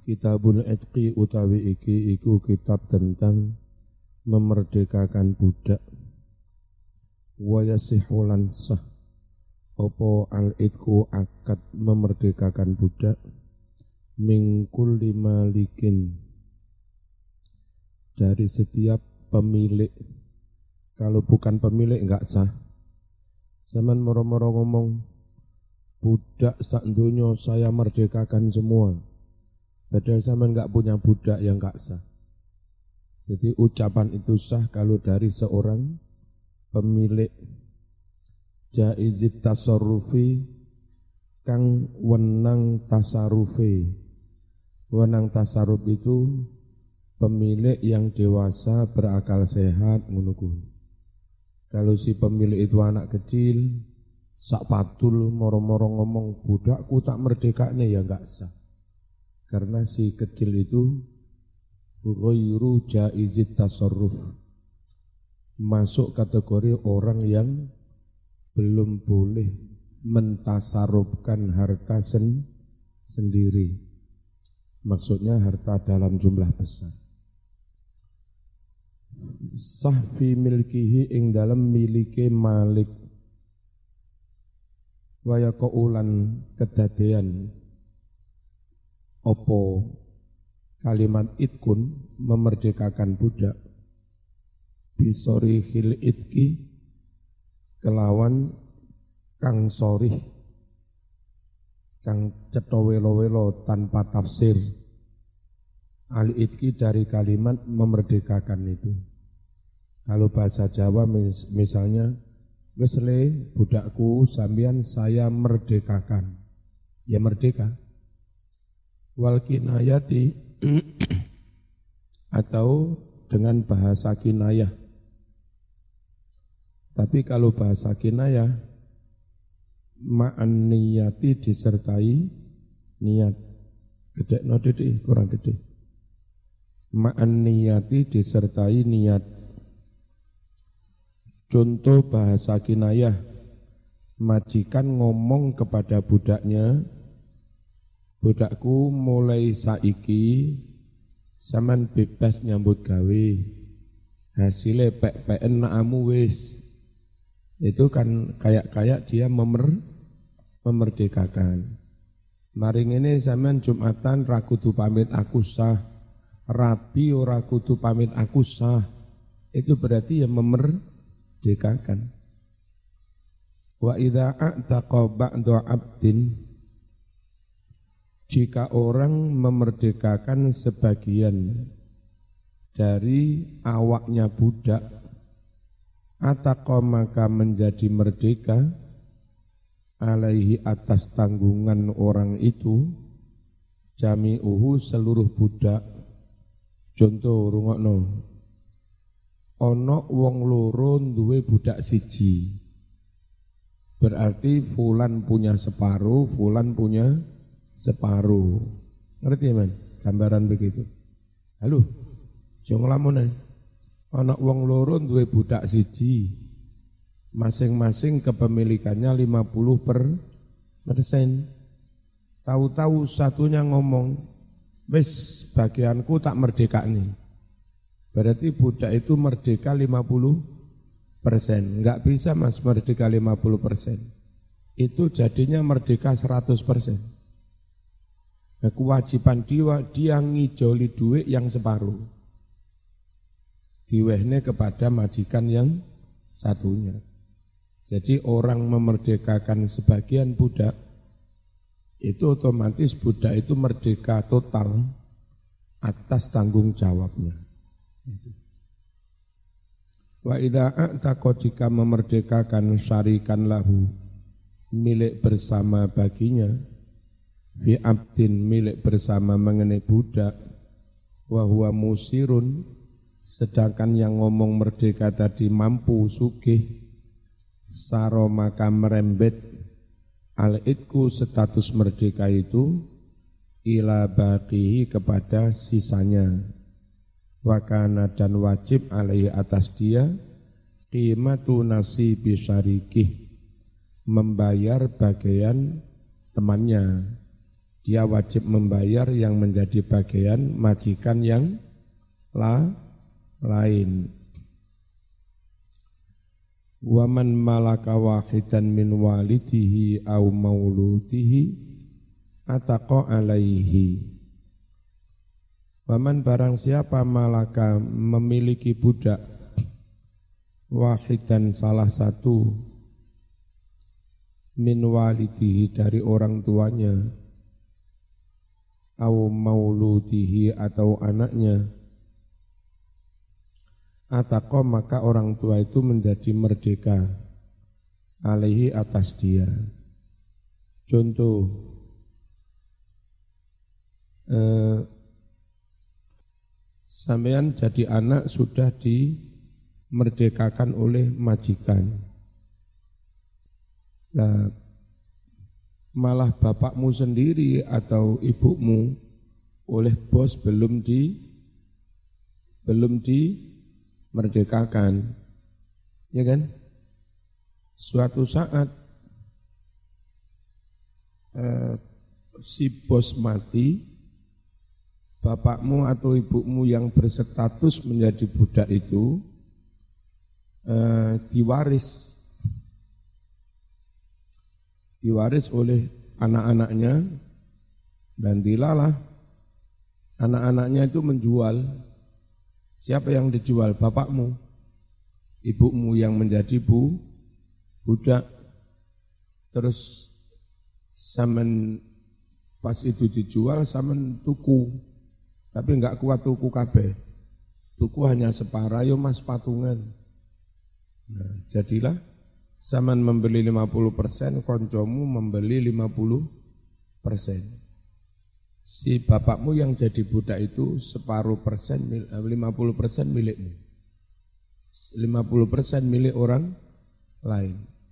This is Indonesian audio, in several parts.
Kitabul Itqi utawi iki iku kitab tentang memerdekakan budak. Wa yasihu lan sah apa al-itqu akad memerdekakan budak min kulli malikin dari setiap pemilik. Kalau bukan pemilik enggak sah. Zaman moro-moro ngomong budak sak donya saya merdekakan semua. Padahal zaman enggak punya budak yang enggak sah. Jadi ucapan itu sah kalau dari seorang pemilik. Jaizit tasarrufi kang wenang tasarufi. Wenang tasarruf itu pemilik yang dewasa berakal sehat menunggu. Kalau si pemilik itu anak kecil sak patul moro-moro ngomong budakku tak merdekane ya enggak sah. Karena si kecil itu ghairu jaizit tasarruf, masuk kategori orang yang belum boleh mentasarrufkan harta sendiri. Maksudnya harta dalam jumlah besar. Sah fi milkihi ing dalam milike malik. Wa yaqaulan kedadean opo kalimat itkun memerdekakan budak bisorihil itki kelawan kang sorih kang cetha welo-welo tanpa tafsir al itki dari kalimat memerdekakan itu. Kalau bahasa Jawa misalnya wis le budakku sampeyan saya merdekakan, ya merdeka. Wal kinayati atau dengan bahasa kinayah. Tapi kalau bahasa kinayah ma'an niyati disertai niat. Gede no dede, kurang gede. Ma'an niyati disertai niat. Contoh bahasa kinayah, majikan ngomong kepada budaknya, budakku mulai saiki sampean bebas nyambut gawe. Hasilnya pek-peken nakamu wis. Itu kan kayak dia memerdekakan. Maring ini sampean Jumatan ra kudu pamit aku sah. Rabi ora kudu pamit aku sah. Itu berarti ya memerdekakan. Wa idza a'taqa ba'du 'abdin, jika orang memerdekakan sebagian dari awaknya budak, ataqa maka menjadi merdeka, alaihi atas tanggungan orang itu, jami'uhu seluruh budak. Contoh rungokno, ono wong loro duwe budak siji, berarti fulan punya separuh, fulan punya separuh. Ngerti man? Gambaran begitu. Halo, jangan lamun ae. Ana wong loro duwe budak siji. Masing-masing kepemilikannya 50%. Tahu-tahu satunya ngomong, "Wis bagianku tak merdekakne." Berarti budak itu merdeka 50%. Enggak bisa Mas merdeka 50%. Itu jadinya merdeka 100%. Nah, kewajiban dia ngijoli duit yang separuh. Diwehne kepada majikan yang satunya. Jadi orang memerdekakan sebagian budak, itu otomatis budak itu merdeka total atas tanggung jawabnya. Wa idza a'taqa jika memerdekakan syarikan lahu, milik bersama baginya, fi abdin milik bersama mengenai budak, wa huwa musirun sedangkan yang ngomong merdeka tadi mampu sugih, saro maka merembet al-itku status merdeka itu ila baqihi kepada sisanya, wakana dan wajib alaihi atas dia qimatu nasibi syarikih membayar bagian temannya. dia wajib membayar yang menjadi bagian majikan yang lain. Waman malaka wahidan min walidihi au mauludihi ataqa alaihi. Waman barang siapa malaka memiliki budak wahidan salah satu min walidihi dari orang tuanya au mauludihi atau anaknya, ataqa maka orang tua itu menjadi merdeka alaihi atas dia. Contoh, sampean jadi anak sudah dimerdekakan oleh majikan. Nah, malah bapakmu sendiri atau ibumu oleh bos belum dimerdekakan, ya kan? Suatu saat si bos mati, bapakmu atau ibumu yang berstatus menjadi budak itu diwaris oleh anak-anaknya, dan dilalah anak-anaknya itu menjual. Siapa yang dijual? Bapakmu, ibumu yang menjadi budak. Terus samen pas itu dijual, samen tuku, tapi enggak kuat tuku kabeh. Tuku hanya separuh, yo mas patungan. Nah, jadilah saman membeli 50%, koncomu membeli 50%. Si bapakmu yang jadi budak itu separuh persen, 50% milikmu. 50% milik orang lain.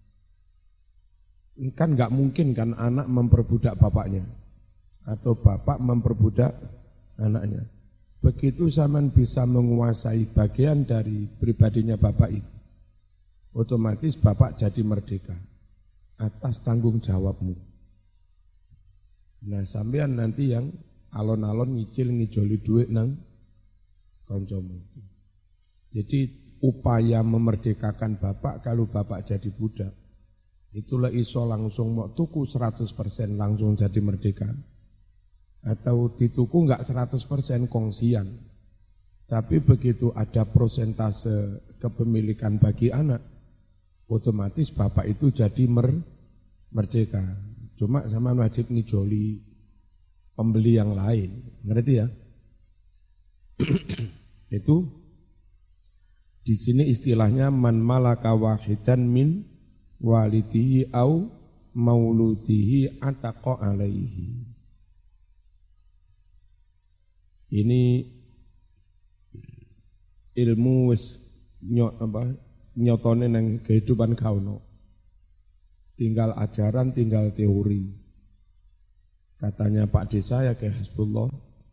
Kan enggak mungkin kan anak memperbudak bapaknya atau bapak memperbudak anaknya. Begitu saman bisa menguasai bagian dari pribadinya bapak itu, otomatis bapak jadi merdeka atas tanggung jawabmu. Nah, sampean nanti yang alon-alon ngijoli duit nang koncomu itu. Jadi upaya memerdekakan bapak kalau bapak jadi budak, itulah iso langsung mau tuku 100% langsung jadi merdeka. Atau dituku enggak 100% kongsian. Tapi begitu ada prosentase kepemilikan bagi anak, otomatis bapak itu jadi merdeka. Cuma sama wajib ngijoli pembeli yang lain. Ngerti ya? Itu di sini istilahnya man malaka wahidan min walidihi au mauludihi ataqa alaihi. Ini ilmu wis nyotone nang kehidupan kauno. Tinggal ajaran, tinggal teori. Katanya Pak Desa ya kayak Hasbullah,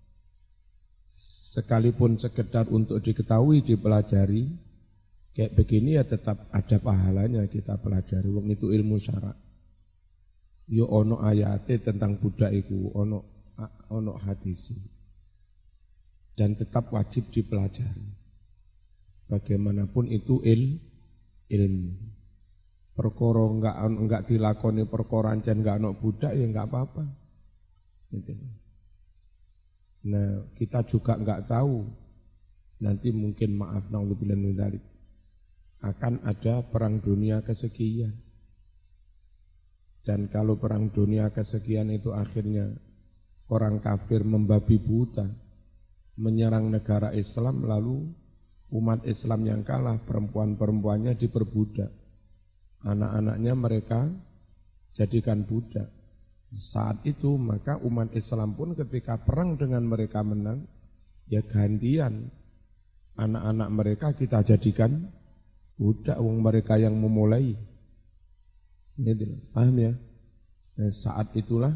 sekalipun sekedar untuk diketahui, dipelajari, kayak begini ya tetap ada pahalanya kita pelajari. Wong itu ilmu syara. Yo ono ayate tentang budak iku, ono hadis. Dan tetap wajib dipelajari. Bagaimanapun itu ilmu. Perkara enggak dilakoni perkara ancen enggak ono budak ya enggak apa-apa. Gitu. Nah, kita juga enggak tahu nanti mungkin maaf naudzubillah min dzalik akan ada perang dunia kesekian. Dan kalau perang dunia kesekian itu akhirnya orang kafir membabi buta menyerang negara Islam, lalu umat Islam yang kalah, perempuan-perempuannya diperbudak. Anak-anaknya mereka jadikan budak. Saat itu maka umat Islam pun ketika perang dengan mereka menang, ya gantian anak-anak mereka kita jadikan budak, wong mereka yang memulai. Gitu, paham ya? Nah, saat itulah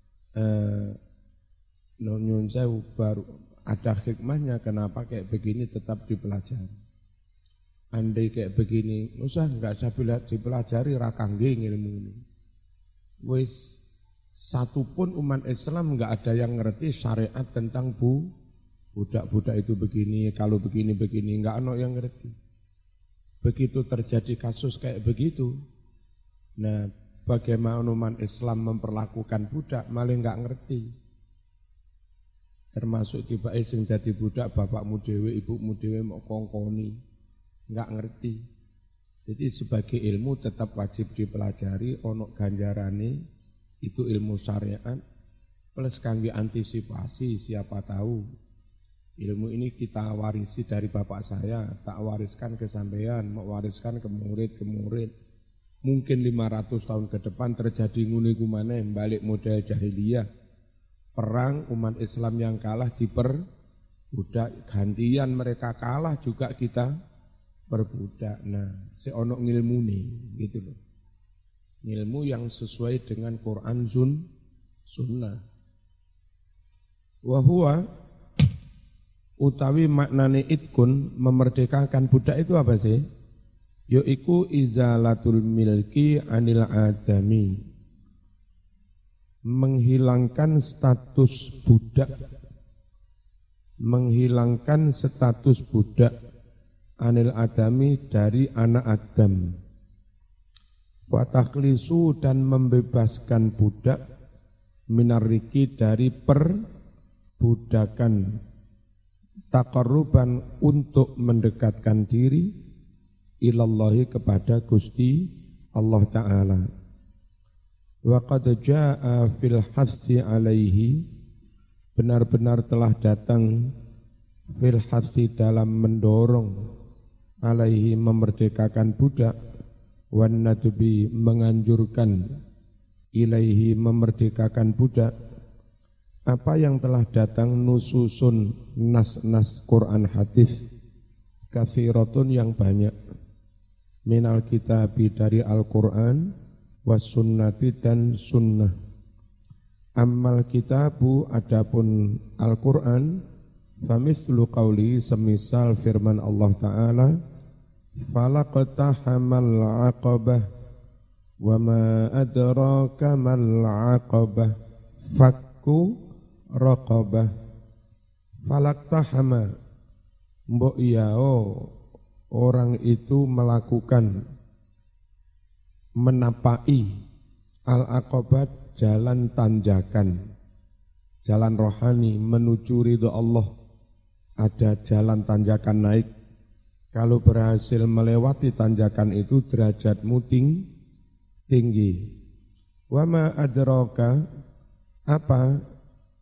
nyun sewu baru ada hikmahnya kenapa kayak begini tetap dipelajari. Andai kayak begini, usah enggak usah dipelajari rakangge ilmu ini. Wis Satupun umat Islam enggak ada yang ngerti syariat tentang budak-budak itu begini, kalau begini-begini, enggak ada yang ngerti. Begitu terjadi kasus kayak begitu, nah bagaimana umat Islam memperlakukan budak malah enggak ngerti. Termasuk tiba sing dadi budak bapakmu dhewe, ibumu dhewe mau kongkoni, enggak ngerti. Jadi sebagai ilmu tetap wajib dipelajari, ono ganjarane itu ilmu syariat plus kangge antisipasi, siapa tahu ilmu ini kita warisi dari bapak saya, tak wariskan ke sampean, mau wariskan ke murid. Mungkin 500 tahun ke depan terjadi ngune maneh balik model jahiliyah. Perang umat Islam yang kalah diperbudak, gantian mereka kalah juga kita perbudak. Nah, seono ngilmu nih, gitu loh. Ilmu yang sesuai dengan Quran Sunnah. Wahua utawi maknane itkun memerdekakan budak itu apa sih? Yaiku izalatul milki anil adami. Menghilangkan status budak. Menghilangkan status budak anil adami dari anak Adam. Wa takhlisu dan membebaskan budak minarriki dari perbudakan. Taqarruban untuk mendekatkan diri ilallahi kepada Gusti Allah Ta'ala. Wa qad jaa'a fil hassi alaihi, benar-benar telah datang fil hassi dalam mendorong alaihi memerdekakan budak, wan nadbi menganjurkan ilaihi memerdekakan budak. Apa yang telah datang nususun nas-nas Quran hadis katsiratun yang banyak, minal kitabi dari Al-Quran, was sunnati dan sunnah. Ammal kitabu adapun Al-Quran, famithlu qawli semisal firman Allah Ta'ala, falaqtahamal aqabah, wa ma adraka mal aqabah, fakku raqabah. Falaktahama, mbok iyao orang itu melakukan menapai al-aqabah jalan tanjakan, jalan rohani menuju ridho Allah. Ada jalan tanjakan naik. Kalau berhasil melewati tanjakan itu derajatmu tinggi. Wa ma adraka, apa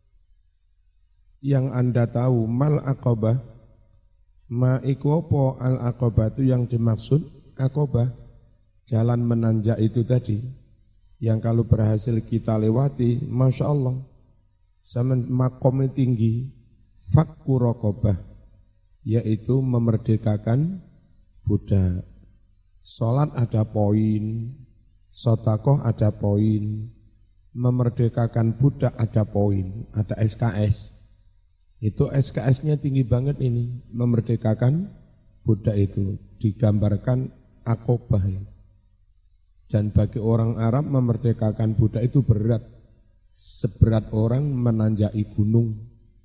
yang Anda tahu mal aqabah, ma iku apa al aqabah itu yang dimaksud aqabah, jalan menanjak itu tadi, yang kalau berhasil kita lewati, Masya Allah, sama makomnya tinggi, fakku raqabah, yaitu memerdekakan budak. Sholat ada poin, sedekah ada poin, memerdekakan budak ada poin, ada SKS. Itu SKS-nya tinggi banget ini, memerdekakan budak itu digambarkan aqabah. Dan bagi orang Arab memerdekakan budak itu berat, seberat orang menanjaki gunung,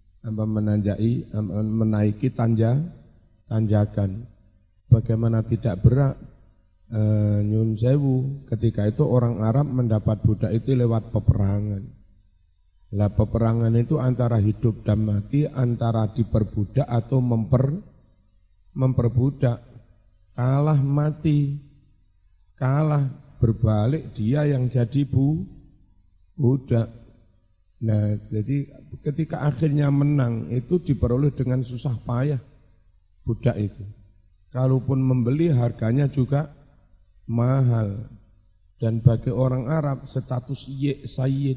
menaiki tanjakan. Bagaimana tidak berat? Nyun sewu, ketika itu orang Arab mendapat budak itu lewat peperangan. Lah peperangan itu antara hidup dan mati, antara diperbudak atau memperbudak. Kalah mati, kalah berbalik dia yang jadi budak. Nah, jadi ketika akhirnya menang itu diperoleh dengan susah payah budak itu. Kalaupun membeli harganya juga mahal. Dan bagi orang Arab status sayyid,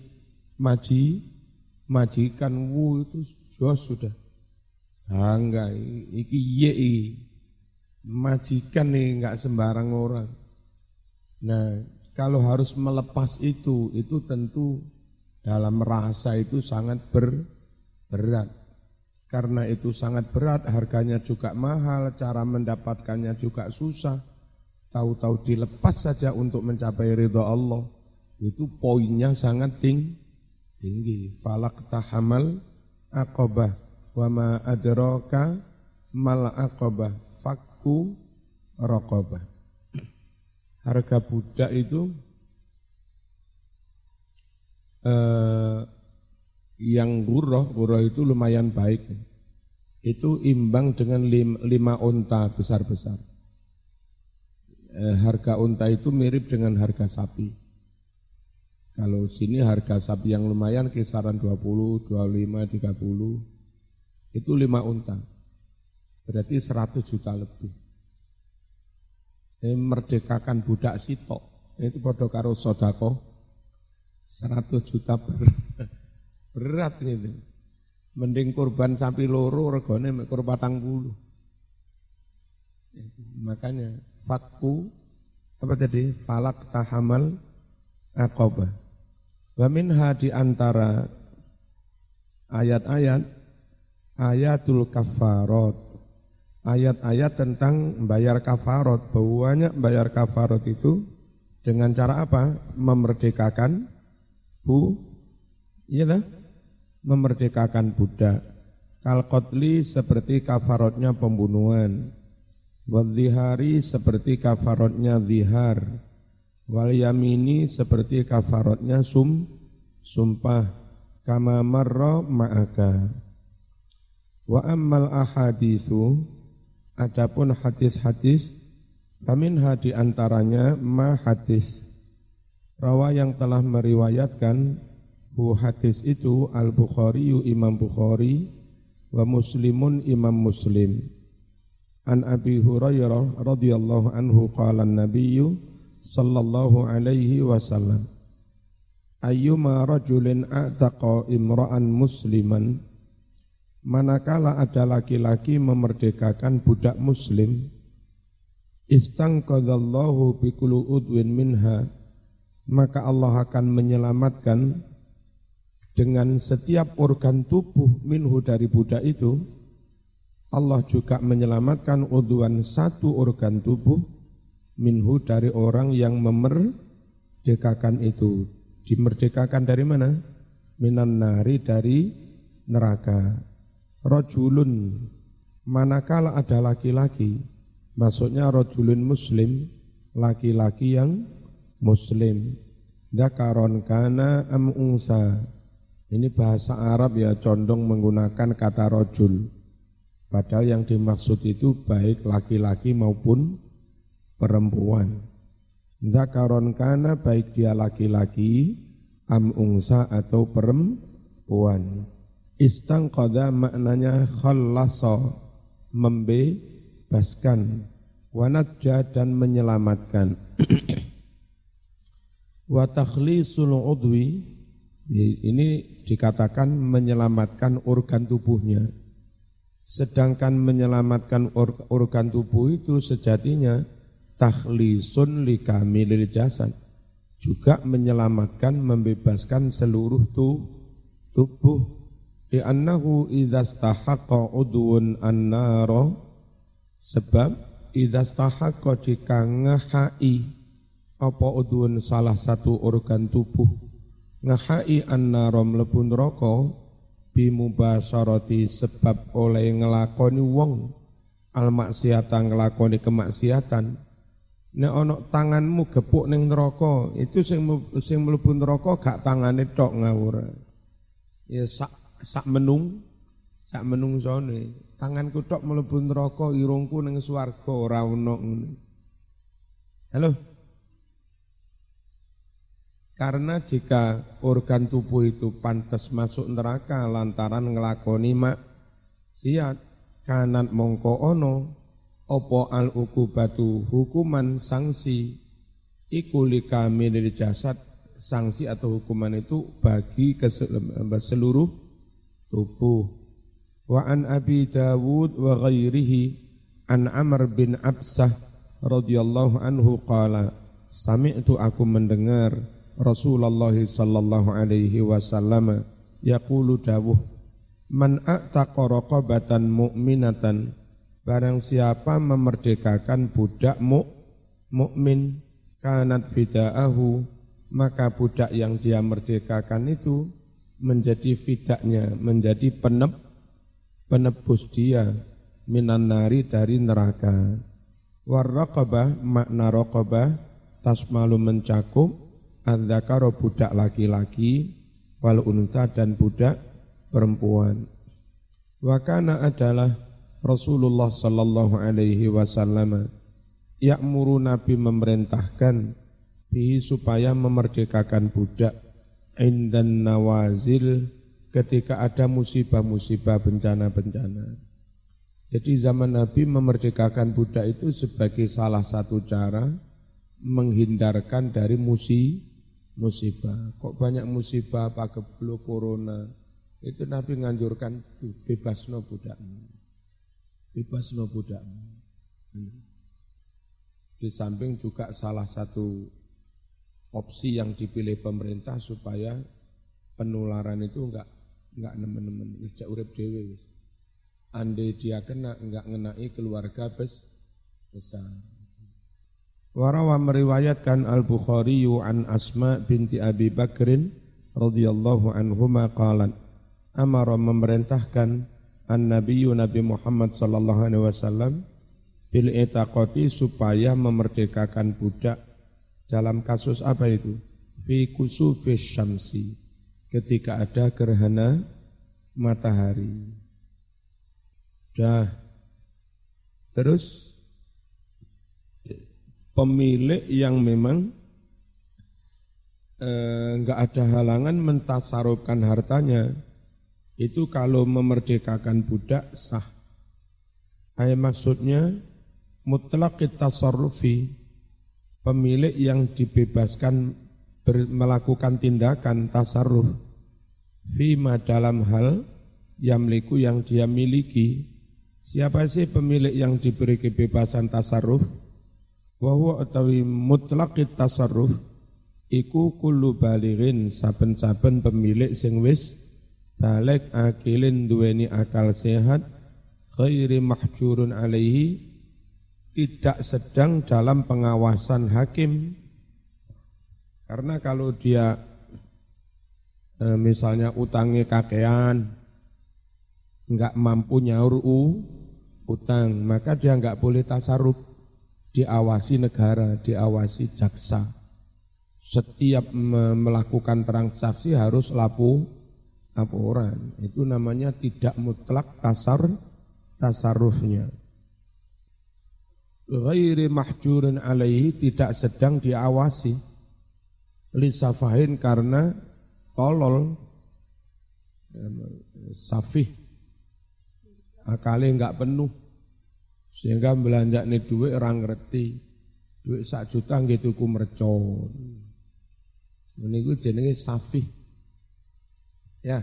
majikan itu jos sudah. Enggak, iki majikan nih enggak sembarang orang. Nah, kalau harus melepas itu tentu dalam rasa itu sangat berat. Karena itu sangat berat, harganya juga mahal, cara mendapatkannya juga susah. Tahu-tahu dilepas saja untuk mencapai ridha Allah. Itu poinnya sangat tinggi. Falak tahamal aqabah wa ma adraka mal aqabah fakku raqabah. Harga budak itu yang gurah itu lumayan baik. Itu imbang dengan 5 unta besar-besar. Harga unta itu mirip dengan harga sapi. Kalau sini harga sapi yang lumayan kisaran 20, 25, 30, itu 5 unta. Berarti 100 juta lebih. Ini merdekakan budak sitok, itu podo karo sodako, 100 juta berat itu. Mending kurban sapi loro regane mek 40. Makanya fakku apa tadi? Falak tahamal aqabah. Wa minha di antara ayat-ayat ayatul kafarat. Ayat-ayat tentang bayar kafarat. Bahwanya bayar kafarat itu dengan cara apa? Memerdekakan memerdekakan budak. Kal qatli seperti kafaratnya pembunuhan. Wadzihari seperti kafaratnya zihar. Wal yamini seperti kafaratnya sumpah. Kama marra ma'aka. Wa ammal ahaditsu adapun hadis-hadis faminha di antaranya ma hadis rawa yang telah meriwayatkan hadis itu Al-Bukhari Imam Bukhari wa Muslimun Imam Muslim an Abi Hurairah radhiyallahu anhu qala an-nabiyyu sallallahu alaihi wasallam ayyuma rajulin a'taqa imra'an musliman manakala ada laki-laki memerdekakan budak muslim istangqadzallahu bikulli udwin minha maka Allah akan menyelamatkan dengan setiap organ tubuh minhu dari budak itu, Allah juga menyelamatkan udwan satu organ tubuh minhu dari orang yang memerdekakan itu. Dimerdekakan dari mana? Minan nari dari neraka. Rajulun, manakala ada laki-laki, maksudnya rajulun muslim, laki-laki yang muslim. Dzakaron kana am unsa. Ini bahasa Arab ya condong menggunakan kata rojul. Padahal yang dimaksud itu baik laki-laki maupun perempuan. Dzakaron kana baik dia laki-laki, am unsa atau perempuan. Istangqadha maknanya khallasa, membebaskan. Wanajja dan menyelamatkan. Wa takhlisul udwi, ini dikatakan menyelamatkan organ tubuhnya. Sedangkan menyelamatkan organ tubuh itu sejatinya takhlisun likamilil jasad. Juga menyelamatkan, membebaskan seluruh tubuh. Li'annahu idhastahaqqa udwun an-nara. Sebab idhastahaqqa jika ngahai apa udwun salah satu organ tubuh ngahai an-nara mlebu neraka bimubasarati sebab oleh ngelakoni wong al-maksiatan ngelakoni kemaksiatan nek ana tanganmu gepuk ning neraka itu sing mlebu neraka gak tangane tok ngawur ya sak menungsone tanganku tok mlebu neraka irungku ning swarga ora ono ngene. Halo. Karena jika organ tubuh itu pantas masuk neraka lantaran ngelakoni maksiat kanat mongko ono opo al ukubatu hukuman sanksi iku likamilil jasad sanksi atau hukuman itu bagi seluruh tubuh. Wa an Abi Dawud wa ghairihi an Amr bin Absah radhiyallahu anhu qala sami'tu aku mendengar Rasulullah sallallahu alaihi wasallam yaqulu dawuh man a'taqa raqabatan mu'minatan barang siapa memerdekakan budak mukmin kanat fida'ahu maka budak yang dia merdekakan itu menjadi fidaknya, menjadi penebus dia minan nari dari neraka. Warraqabah, makna raqabah tasmalu mencakup adzakara budak laki-laki wal unta dan budak perempuan. Wa kana adalah Rasulullah sallallahu alaihi wasallam ya'muru Nabi memerintahkan bihi supaya memerdekakan budak indan nawazil ketika ada musibah-musibah bencana-bencana. Jadi zaman Nabi memerdekakan budak itu sebagai salah satu cara menghindarkan dari musibah. Kok banyak musibah, pagebluk, corona. Itu Nabi nganjurkan bebasno budakmu. Bebasno budakmu. Di samping juga salah satu opsi yang dipilih pemerintah supaya penularan itu enggak nemen-nemen wis cek urip dhewe wis. Andai dia kena enggak ngenai keluarga besar. Warawa meriwayatkan Al-Bukhari an Asma binti Abi Bakrin radhiyallahu anhuma qalat amara memerintahkan an-nabiyyu Nabi Muhammad sallallahu alaihi wasallam bil itaqati supaya memerdekakan budak dalam kasus apa itu? Fi kusufis syamsi ketika ada gerhana matahari. Terus pemilik yang memang enggak ada halangan mentasarufkan hartanya itu kalau memerdekakan budak sah. Maksudnya mutlaqit tasarrufi, pemilik yang dibebaskan melakukan tindakan tasarruf fima dalam hal yamliku yang dia miliki. Siapa sih pemilik yang diberi kebebasan tasarruf? Wa huwa utawi mutlaqit tasarruf iku kullu balighin, saben-saben pemilik sing wis balik akilin duweni akal sehat ghairi mahjurun alaihi, tidak sedang dalam pengawasan hakim. Karena kalau dia misalnya utangnya kakean, enggak mampu nyaur utang, maka dia enggak boleh tasarruf, diawasi negara, diawasi jaksa. Setiap melakukan transaksi harus laporan. Itu namanya tidak mutlak tasarrufnya. Ghairi mahjurin alaihi, tidak sedang diawasi. Lisafahin karena tolol, safih, akalnya enggak penuh, sehingga belanja nih duit orang ngerti, duit 1 juta gitu ku mercon. Ini gue jenenge safih, ya.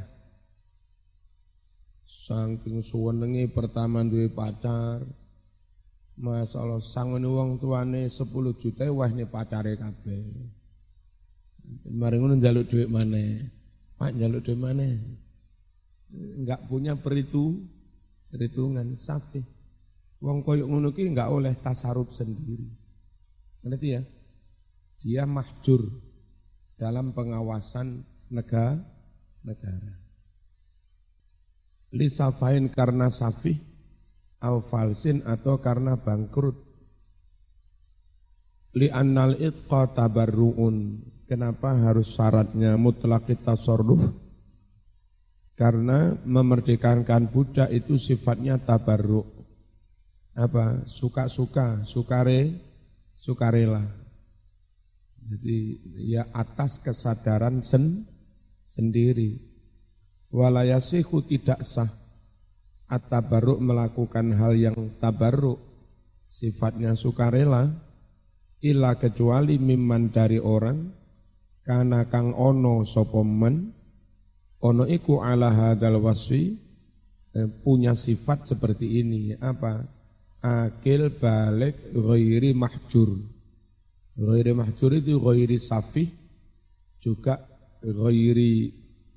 Saking suwenenge pertama duwe pacar, masalah sangone wong tuane 10 juta wah nih pacare kabeh. Mari ngono njaluk dhuwit maneh. Pak njaluk dhuwit maneh. Enggak punya perhitungan safih. Wong koyo ngono ki enggak oleh tasarruf sendiri. Ngerti ya? Dia mahjur dalam pengawasan negara. Li safain karena safih, au falsin atau karena bangkrut. Li annal itqa tabarruun. Kenapa harus syaratnya mutlaqit tasarruf? Karena memerdekakan budak itu sifatnya tabarruk. Apa? Suka-suka, sukarela. Jadi ya atas kesadaran sendiri. Walayasihu tidak sah at-tabarruk melakukan hal yang tabarruk, sifatnya sukarela, illa kecuali mimman dari orang kana kang ono sapa men ono iku ala hadzal wasfi, punya sifat seperti ini. Apa? Akil balik ghairi mahjur. Ghairi mahjur itu ghairi safih, juga ghairi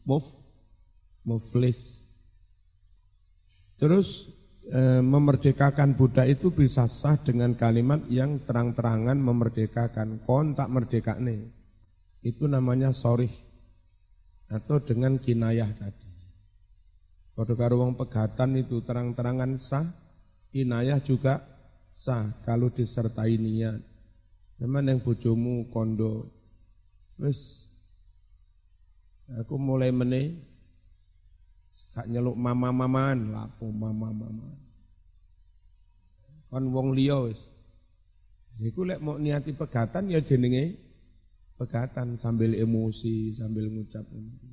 muflis. Terus memerdekakan budak itu bisa sah dengan kalimat yang terang-terangan memerdekakan. Kon tak merdekakne. Itu namanya sorih. atau dengan kinayah tadi. Padha karo wong pegatan itu terang-terangan sah, kinayah juga sah kalau disertai niat. Memang yang bojomu kondo, wis aku mulai meneh gak nyeluk mama-maman, lapo mama-mama. Kon wong liya wis. Iku lek mau niati pegatan ya jenenge pegatan sambil emosi, sambil ngucap.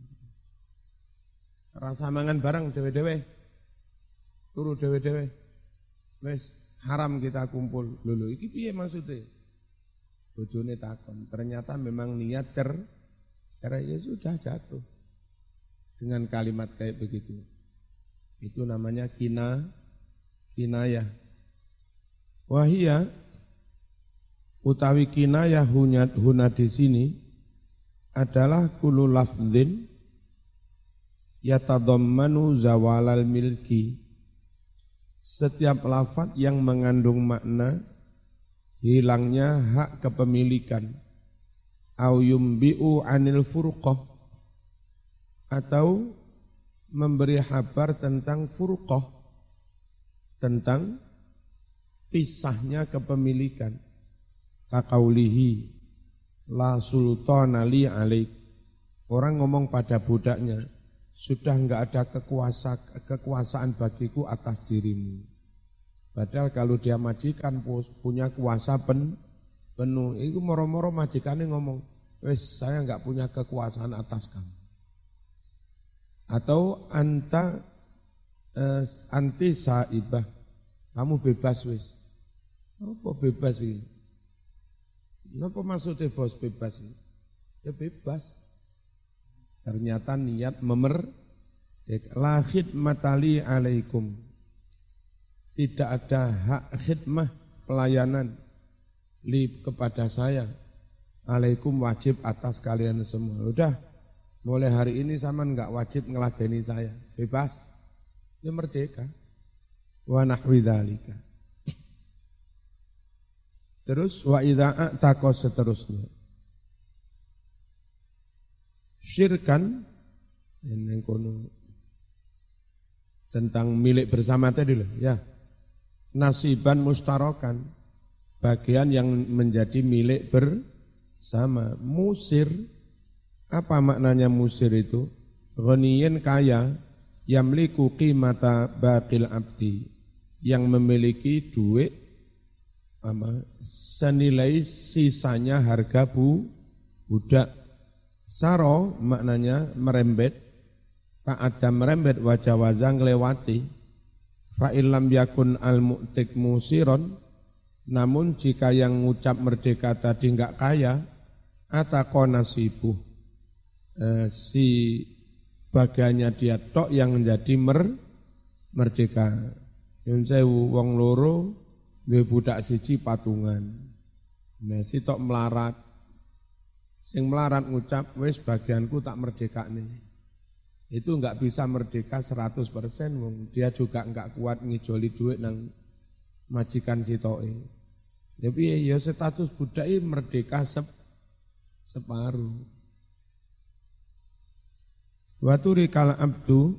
Rasa mangan barang dewe-dewe. Turu dewe-dewe. Wis haram kita kumpul. Lho iki piye maksudnya? Bojone takon. Ternyata memang niat karena ya sudah jatuh. Dengan kalimat kayak begitu. Itu namanya kinayah. Wahia utawi kinayah huna di sini adalah kullu lafdzin yatadammanu zawalal milki. Setiap lafaz yang mengandung makna hilangnya hak kepemilikan. Au yumbi'u anil furqah, atau memberi kabar tentang furqah, tentang pisahnya kepemilikan. Kakaulihi la sultana li alaik. Orang ngomong pada budaknya, sudah enggak ada kekuasaan bagiku atas dirimu. Padahal kalau dia majikan punya kuasa penuh, itu moro-moro majikannya ngomong, wes saya enggak punya kekuasaan atas kamu. Atau anti saibah, kamu bebas wes. Apa bebas ini? Apa maksudnya bos bebas ini? Ya bebas. Ternyata niat la khidmatali alaikum. Tidak ada hak khidmah pelayanan kepada saya. Alaikum wajib atas kalian semua. Udah, mulai hari ini sama enggak wajib ngeladeni saya. Bebas. Ya merdeka. Wa nahwi dzalika. Terus wa idza a'taqa seterusnya. Syirkan yang kono tentang milik bersama tadi loh, ya. Nasiban mustarokan, bagian yang menjadi milik bersama. Musir, apa maknanya musir itu? Ghaniyin kaya, yamliku qimata baqil abdi, yang memiliki duit senilai sisanya harga budak. Saro maknanya merembet, tak ada merembet wajah wazang ngelewati. Fa'ilam yakun al-mu'tik musiron, namun jika yang ngucap merdeka tadi enggak kaya, atako nasibuh, si bagiannya dia tok yang menjadi merdeka. Yang saya wong loro, duwe budak siji patungan. Nah, si tok melarat. Sing melarat ngucap, wis bagianku tak merdekakne. Itu enggak bisa merdeka 100%, wong dia juga enggak kuat ngijoli duit nang majikan sitoke. Tapi ya status budak iki merdeka separuh. Waturi kal abdu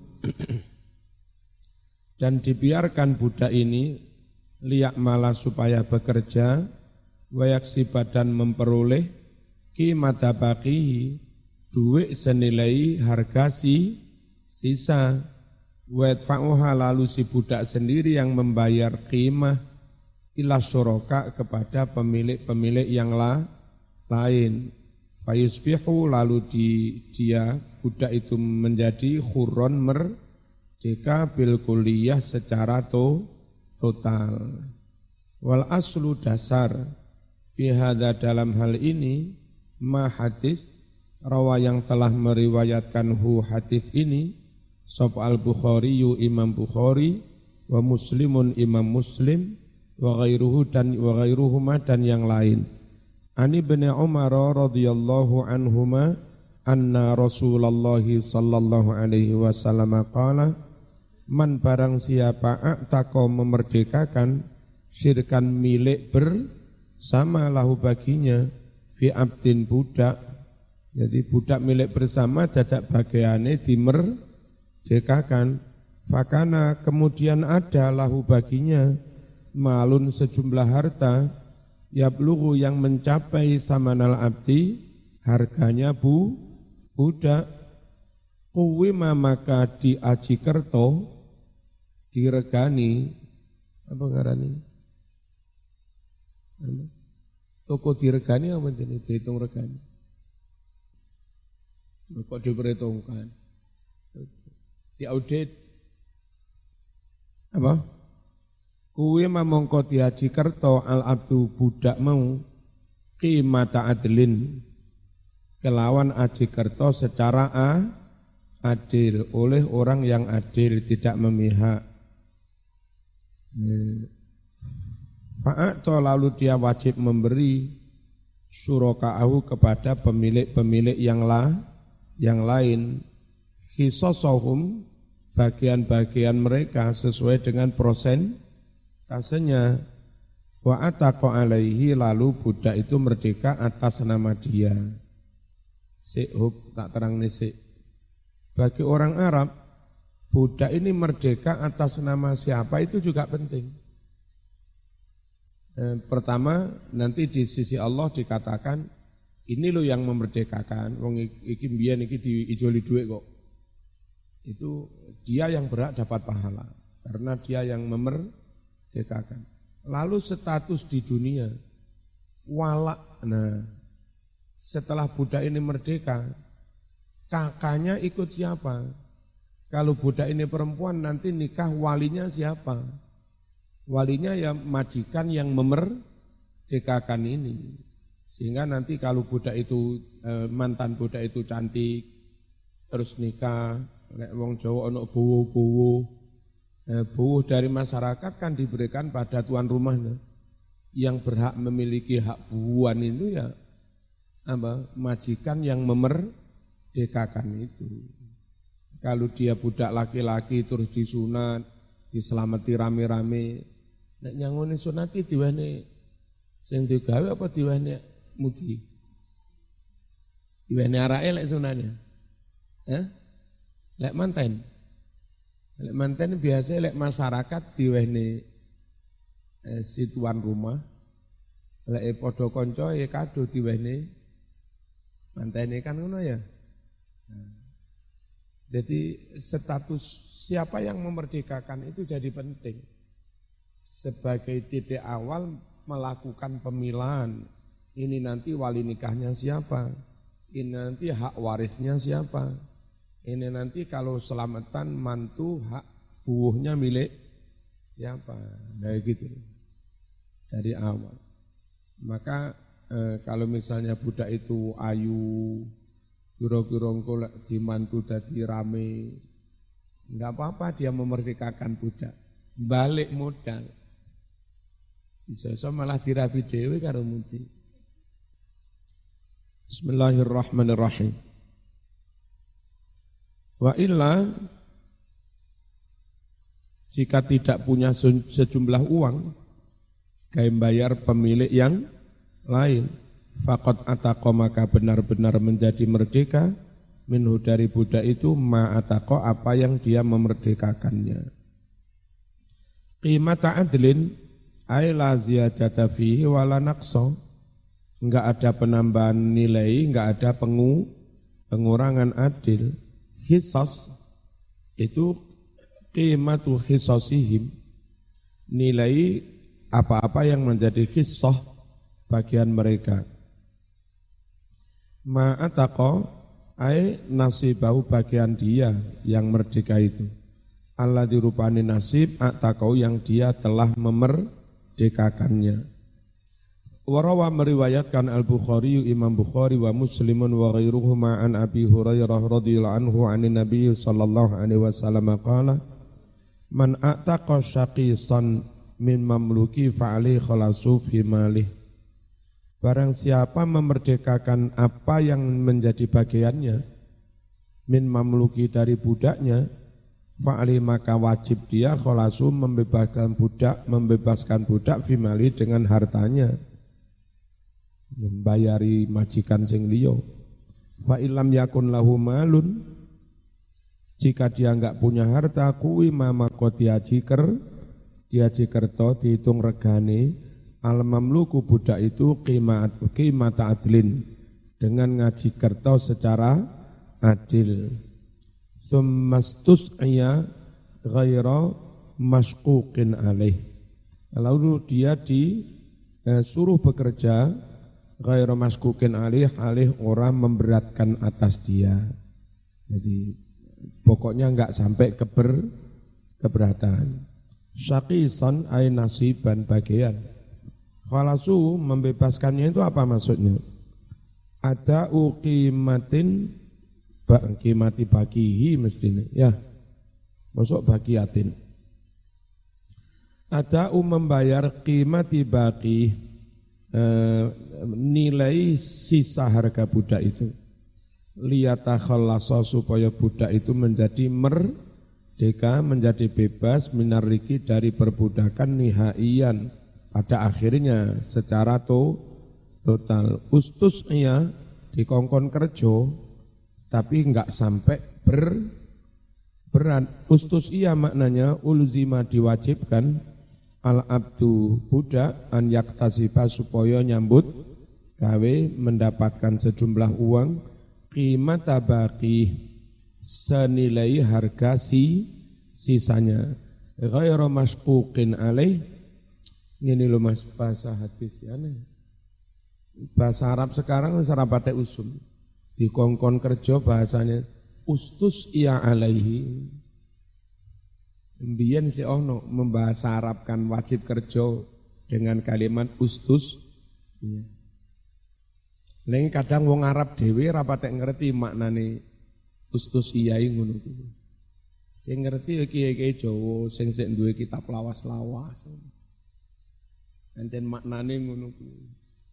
dan dibiarkan budak ini liyak malah supaya bekerja, wayaksi badan memperoleh qimata baqihi, duit senilai harga sisa. Wa'idfa'uha, lalu si budak sendiri yang membayar qimah ila syuraka kepada pemilik-pemilik yang lain. Fayusbihu, lalu dia budak itu menjadi khurron merdeka bil kulliyah secara total. Wal aslu dasar bihada dalam hal ini ma hadis rawa yang telah meriwayatkan hadis ini sop al-Bukhari Imam Bukhari wa Muslimun Imam Muslim wa ghairuhuma dan yang lain. Ani bin Umar radhiyallahu anhuma anna Rasulullah sallallahu alaihi wasallam qala man barang siapa a'taqa memerdekakan syirkan milik bersama lahu baginya fi abdin budak Jadi budak milik bersama dadak bagiane dimerdekakan. Fakana kemudian ada lahu baginya malun sejumlah harta yablughu yang mencapai samanal abdi harganya budak. Kuwima maka diaji kerto diregani apa ngarani? Toko diregani apa ini dihitung regani? Kok diperhitungkan? Diaudit. Apa? Kuwi mamongko diaji kerto al abdu budak mau qimata adlin kelawan aji kerto secara adil oleh orang yang adil tidak memihak. Fa'ato lalu dia wajib memberi syuraka'ahu kepada pemilik-pemilik yang lain khisosohum bagian-bagian mereka sesuai dengan prosentasenya. Wa ataqa alaihi lalu budak itu merdeka atas nama dia. Hub tak terang nisik. Bagi orang Arab budak ini merdeka atas nama siapa itu juga penting. Pertama nanti di sisi Allah dikatakan ini loh yang memerdekakan, wong iki mbiyen iki diijoli dhuwit kok. Itu dia yang berhak dapat pahala karena dia yang memerdekakan. Lalu status di dunia walak. Nah, setelah budak ini merdeka, kakaknya ikut siapa? Kalau budak ini perempuan nanti nikah walinya siapa? Walinya ya majikan yang memerdekakan ini. Sehingga nanti kalau budak itu mantan budak itu cantik terus nikah, nek wong Jawa ana bowo-bowo. Bowo dari masyarakat kan diberikan pada tuan rumahnya. Yang berhak memiliki hak buuan itu ya apa? Majikan yang memerdekakan itu. Kalau dia budak laki-laki terus disunat, diselamati rame-rame, nek nyangone sunati diwene sing digawe apa diwene mudi. Diwene arake lek sunane. Lek manten. Lek manten biasa lek masyarakat diwene si tuan rumah. Lek padha kanca ya kado diwene mantene kan ngono ya. Jadi status siapa yang memerdekakan itu jadi penting. Sebagai titik awal melakukan pemilahan. Ini nanti wali nikahnya siapa? Ini nanti hak warisnya siapa? Ini nanti kalau selamatan mantu hak buuhnya milik siapa? Nah gitu. Dari awal. Maka kalau misalnya budak itu ayu, kira-kira engko dimantu dadi rame, enggak apa-apa dia memerdekakan budak. Balik modal. Bisa malah dirabi dhewe karo muti. Bismillahirrahmanirrahim. Wa illa jika tidak punya sejumlah uang kayak bayar pemilik yang lain, faqad ataqa maka benar-benar menjadi merdeka minhu dari budak itu ma ataqa apa yang dia memerdekakannya. Qimata adlin ay la ziyadata fihi wala naqsa. Enggak ada penambahan nilai, enggak ada pengurangan adil. Hisas itu qimatu hisasihim, nilai apa-apa yang menjadi hisah bagian mereka. Ma'ataqa ay nasibahu bagian dia yang merdeka itu. Allah dirupani nasib ataqau yang dia telah memerdekakannya. Warawa meriwayatkan Al-Bukhari Imam Bukhari wa Muslimun wa ghairuhuma an Abi Hurairah radhiyallahu anhu anin Nabi sallallahu alaihi wasallam qala man a'taqa syaqisan min mamluki fa'ali khalasu fi malih. Barang siapa memerdekakan apa yang menjadi bagiannya min mamluki dari budaknya fa'ali maka wajib dia khalasu membebaskan budak fi malih dengan hartanya. Membayari majikan sing liya. Fa illam yakun lahu malun, jika dia enggak punya harta, kuwi mamako dia jikerto dihitung regane al mamluku budak itu qimat adlin, dengan ngaji kerto secara adil. Summastus iya ghaira masquqin alaih, lalu dia disuruh bekerja ghaira masquqin alaih orang memberatkan atas dia. Jadi pokoknya enggak sampai keberatan. Syaqisan ay nasiban bagian. Khalasu membebaskannya itu apa maksudnya? Ada uqimatin qimati bagihi mestinya. Ya. Masuk bagiatin. Ada membayar qimati baqi, nilai sisa harga budak itu. Liyata khallasa supaya budak itu menjadi merdeka, menjadi bebas minariki dari perbudakan nihaian pada akhirnya secara total. Ustus iya dikongkon kerja tapi enggak sampai berat. Ustus iya maknanya ulzima diwajibkan al abdu budak an yaktasiba supaya nyambut gawe mendapatkan sejumlah uang qimata baqi senilai harga sisanya ghairu masquqin alaih. Ini loh Mas bahasa hadis ya nih. Bahasa Arab sekarang serapate usum. Dikongkon kerja bahasanya ustus iya alaihi. Mbiyen si ono membahasa Arabkan wajib kerja dengan kalimat ustus. Iya. Lagi kadang wong Arab dhewe rapate ngerti maknane ustus iyai ngono kuwi. Sing ngerti ya kiai-kiai Jawa sing sik duwe kitab lawas-lawas. Enten maknane ngono kuwi.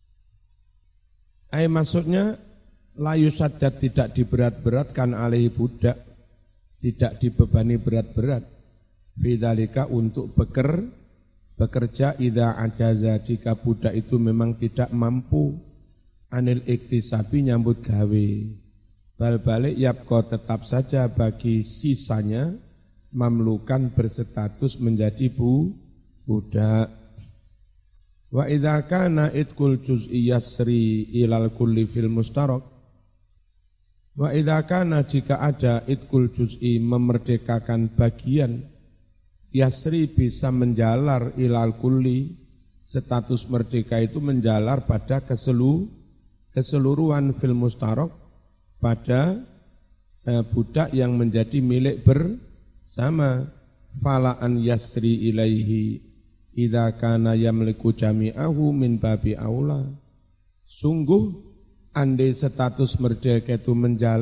Maksudnya layu sadat tidak diberat-beratkan alaihi budak, tidak dibebani berat-berat. Fidzalika untuk bekerja idza ajaza jika budak itu memang tidak mampu anil iktisabi nyambut gawe. Bal-balik yapko tetap saja bagi sisanya mamlukan berstatus menjadi budak. Wa idza kana itqul juz'i yasri ilal kulli fil mustarok. Wa idza kana jika ada itqul juz'i memerdekakan bagian yasri bisa menjalar ilal kulli, status merdeka itu menjalar pada keseluruhan fil mustarok pada budak yang menjadi milik bersama. Falaan yasri ilaihi idza kana yamliku jami'ahu min babi aula. Sungguh andai status merdeka itu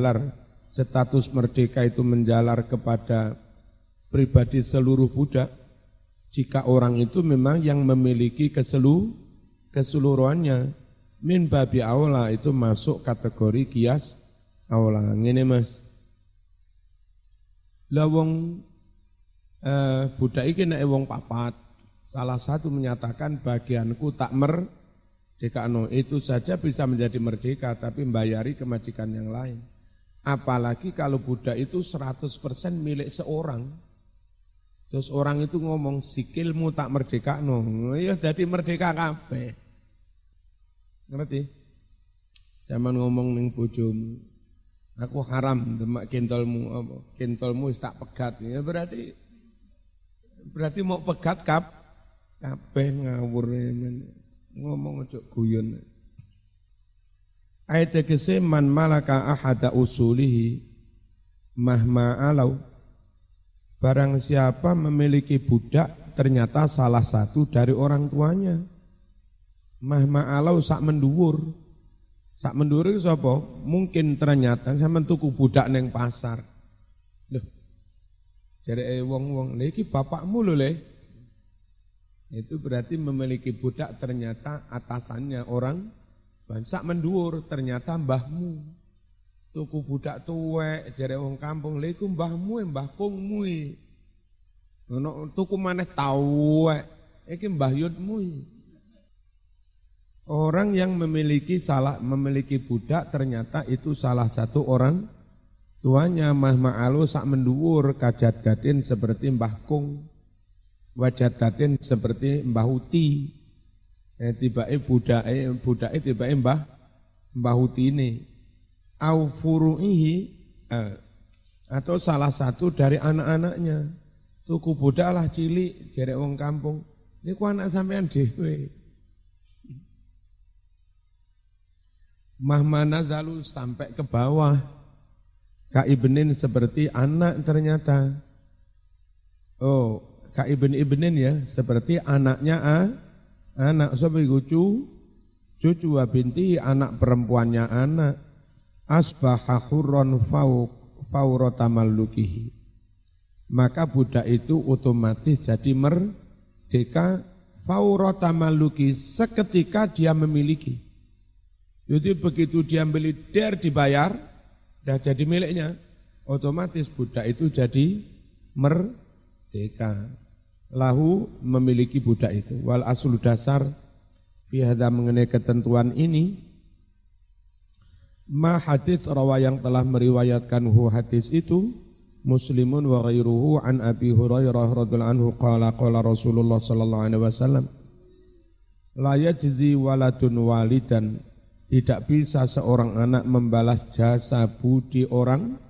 menjalar kepada pribadi seluruh budak, jika orang itu memang yang memiliki keseluruhannya, min babi aula itu masuk kategori kias aula. Ngene Mas, lawong budak iki nek wong papat, salah satu menyatakan bagianku tak merdekano, itu saja bisa menjadi merdeka, tapi membayari kemajikan yang lain. Apalagi kalau budak itu 100% milik seorang. Terus orang itu ngomong sikilmu tak merdekano, ya jadi merdeka kabeh. Ngerti? Zaman ngomong ning bojomu, aku haram demak kentolmu wis tak pegat. Ya berarti mau pegat kabeh ngawur ngomong ojo guyon. Ayat tegese man malaka ahada usulihi mahma alau. Barang siapa memiliki budak ternyata salah satu dari orang tuanya. Mahma alau sak menduwur. Sak menduwur itu sapa? Mungkin ternyata sampean tuku budak neng pasar. Loh. Jareke wong-wong, lha iki bapakmu lho le. Itu berarti memiliki budak ternyata atasannya orang sak menduwur, ternyata mbahmu. Tuku budak tuwek jare wong kampung, lha iku mbahmu mbah kungmu. Ono tuku maneh tuwek, iki mbah yutmu. Orang yang memiliki budak ternyata itu salah satu orang tuanya mah ma'alu sak menduwur kajat gatin seperti Mbah Kung, wajat gatin seperti Mbah Uti. Tiba-tiba budake tiba-tiba Mbah Uti ini. Au furu'ihi atau salah satu dari anak-anaknya. Tuku budak lah cilik jerek wong kampung. Niku anak sampean dhewe. Mahmana zalu sampai ke bawah. Kaibenin seperti anak ternyata. Oh, kaibin ya, seperti anaknya anak sapa iku cucu binti anak perempuannya anak. Asbaha hurron fawrata malukihi. Maka budak itu otomatis jadi merdeka fawrata maluki seketika dia memiliki. Jadi begitu dia beli dibayar, dah jadi miliknya, otomatis budak itu jadi merdeka. Lahu memiliki budak itu. Wal aslu dasar fi hadza mengenai ketentuan ini, ma hadis rawa yang telah meriwayatkan hadis itu, Muslimun wa ghairuhu an Abi Hurairah radhiyallahu anhu qala Rasulullah sallallahu alaihi wasallam la yajzi waladun walidan. Tidak bisa seorang anak membalas jasa budi orang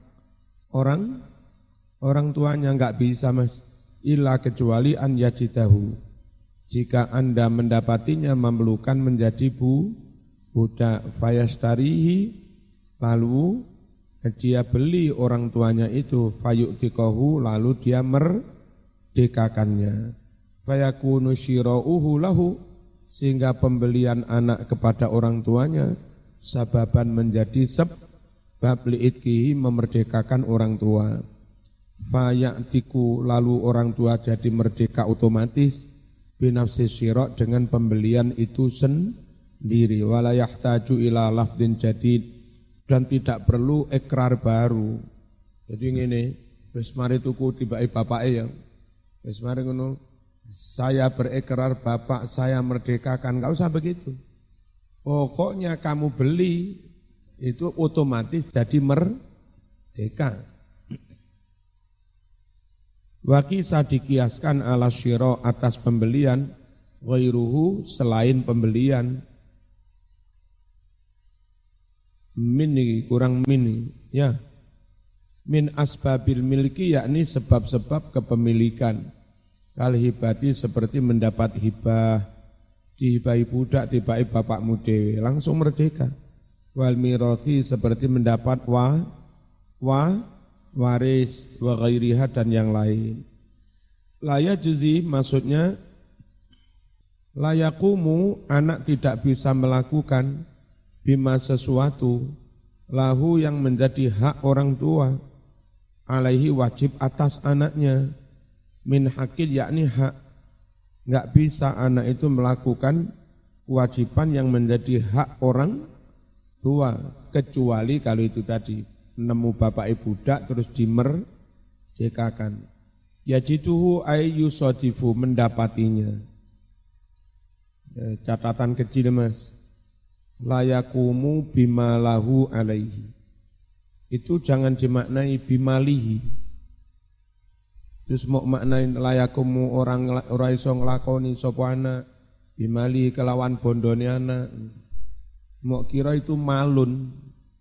tuanya, enggak bisa Mas. Illa kecuali an yajidahu. Jika Anda mendapatinya memerlukan menjadi budak fayastarihi, lalu dia beli orang tuanya itu fayu'tikahu, lalu dia merdekakannya. Fayakunu syira'uhu lahu, sehingga pembelian anak kepada orang tuanya sababan menjadi sebab li'itkihi memerdekakan orang tua. Fayatiku, lalu orang tua jadi merdeka otomatis binafsi syira' dengan pembelian itu sendiri. Wala yahtaju ila lafdin jadid, dan tidak perlu ikrar baru. Jadi ngene, wis mari tuku tibake bapake ya. Wis mari ngono, saya berikrar bapak saya merdekakan, enggak usah begitu. Pokoknya kamu beli itu otomatis jadi merdeka. Wa kisah dikiaskan ala syira atas pembelian, ghairuhu selain pembelian. Mini kurang mini ya. Min asbabil milki, yakni sebab-sebab kepemilikan. Kal hibati seperti mendapat hibah, dihibahi budak, dihibahi bapakmu dewe, langsung merdeka. Wal mirathi seperti mendapat waris, wa ghairiha dan yang lain. Laya juzi maksudnya layakumu, anak tidak bisa melakukan bima sesuatu lahu yang menjadi hak orang tua, alaihi wajib atas anaknya. Min hakil yakni hak, enggak bisa anak itu melakukan kewajiban yang menjadi hak orang tua, kecuali kalau itu tadi nemu bapak ibu budak terus dimerdekakan. Yajiduhu ayyusadifu, mendapatinya. Catatan kecil Mas, layakumu bimalahu alaihi, itu jangan dimaknai bimalihi. Terus mau maknain layakumu orang iso nglakoni sapa anak bimali kelawan bondone anak. Mau kira itu malun.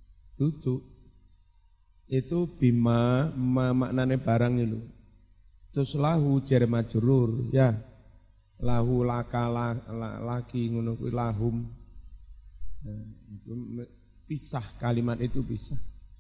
Itu bima maknane barang itu. Terus lahu jar majrur ya. Lahu laka laki ngono kuwi lahum. Nah, itu pisah, kalimat itu pisah.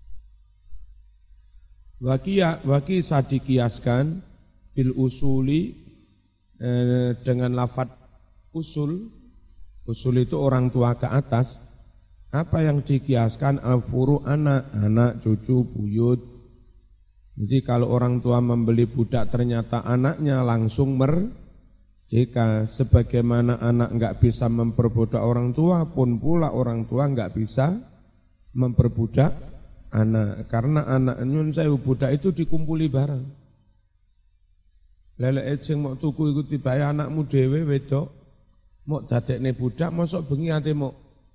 Waki sadikiaskan bil usuli dengan lafad usul itu orang tua ke atas. Apa yang dikiaskan al-furu anak, cucu, buyut. Jadi kalau orang tua membeli budak ternyata anaknya langsung merdeka. Sebagaimana anak enggak bisa memperbudak orang tua, pun pula orang tua enggak bisa memperbudak anak. Karena anak nyun saya budak itu dikumpuli barang. Lelek sing mau tuku iku tibae anakmu dhewe wedok. Mau dadekne budak mosok bengi ate mau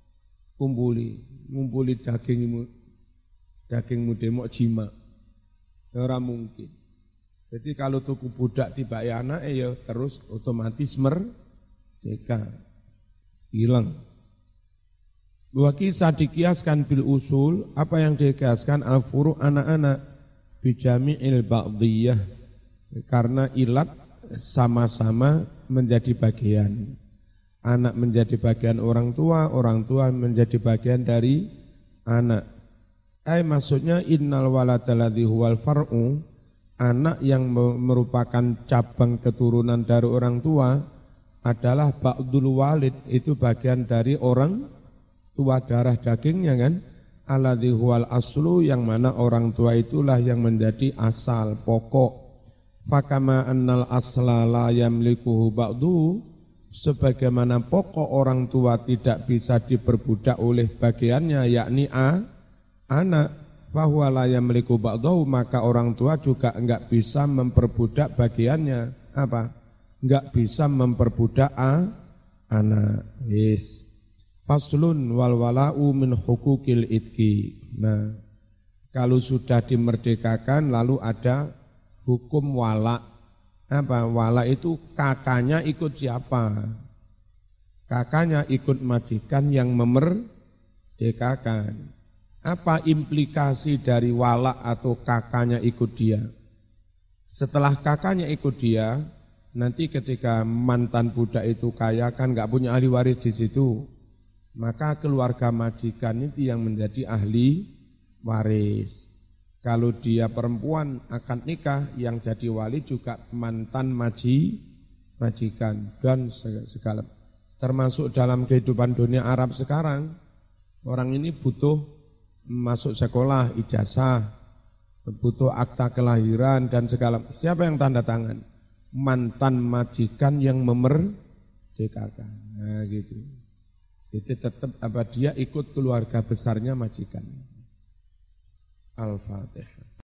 ngumpuli dagingmu demok jima. Ora mungkin. Jadi kalau tuku budak tiba anak ya terus otomatis merdeka. Hilang. Wa kisah dikiaskan bil usul, apa yang dikiaskan al-furu' anak-anak bijami'il ba'diyah, karena ilat sama-sama menjadi bagian. Anak menjadi bagian orang tua menjadi bagian dari anak. Maksudnya innal waladalladzi huwal far'u, anak yang merupakan cabang keturunan dari orang tua adalah ba'dul walid, itu bagian dari orang tua darah dagingnya kan. Alladzi huwal aslu, yang mana orang tua itulah yang menjadi asal pokok. Fakama annal asla la yamlikuhu ba'du, sebagaimana pokok orang tua tidak bisa diperbudak oleh bagiannya, yakni anak, fahuwa la yamliku ba'dahu, maka orang tua juga enggak bisa memperbudak bagiannya. Apa? Enggak bisa memperbudak anak. Yes. Faslun wal wala'u min hukukil itki. Nah, kalau sudah dimerdekakan lalu ada hukum wala. Apa? Wala itu kakaknya ikut siapa? Kakaknya ikut majikan yang memerdekakan. Apa implikasi dari wala atau kakaknya ikut dia? Setelah kakaknya ikut dia, nanti ketika mantan budak itu kaya kan nggak punya ahli waris di situ, maka keluarga majikan itu yang menjadi ahli waris. Kalau dia perempuan akad nikah, yang jadi wali juga mantan majikan dan segala. Termasuk dalam kehidupan dunia Arab sekarang, orang ini butuh masuk sekolah, ijazah, butuh akta kelahiran dan segala. Siapa yang tanda tangan? Mantan majikan yang memerdekakan. Nah gitu. Jadi tetap dia ikut keluarga besarnya majikan. Al-Fatihah.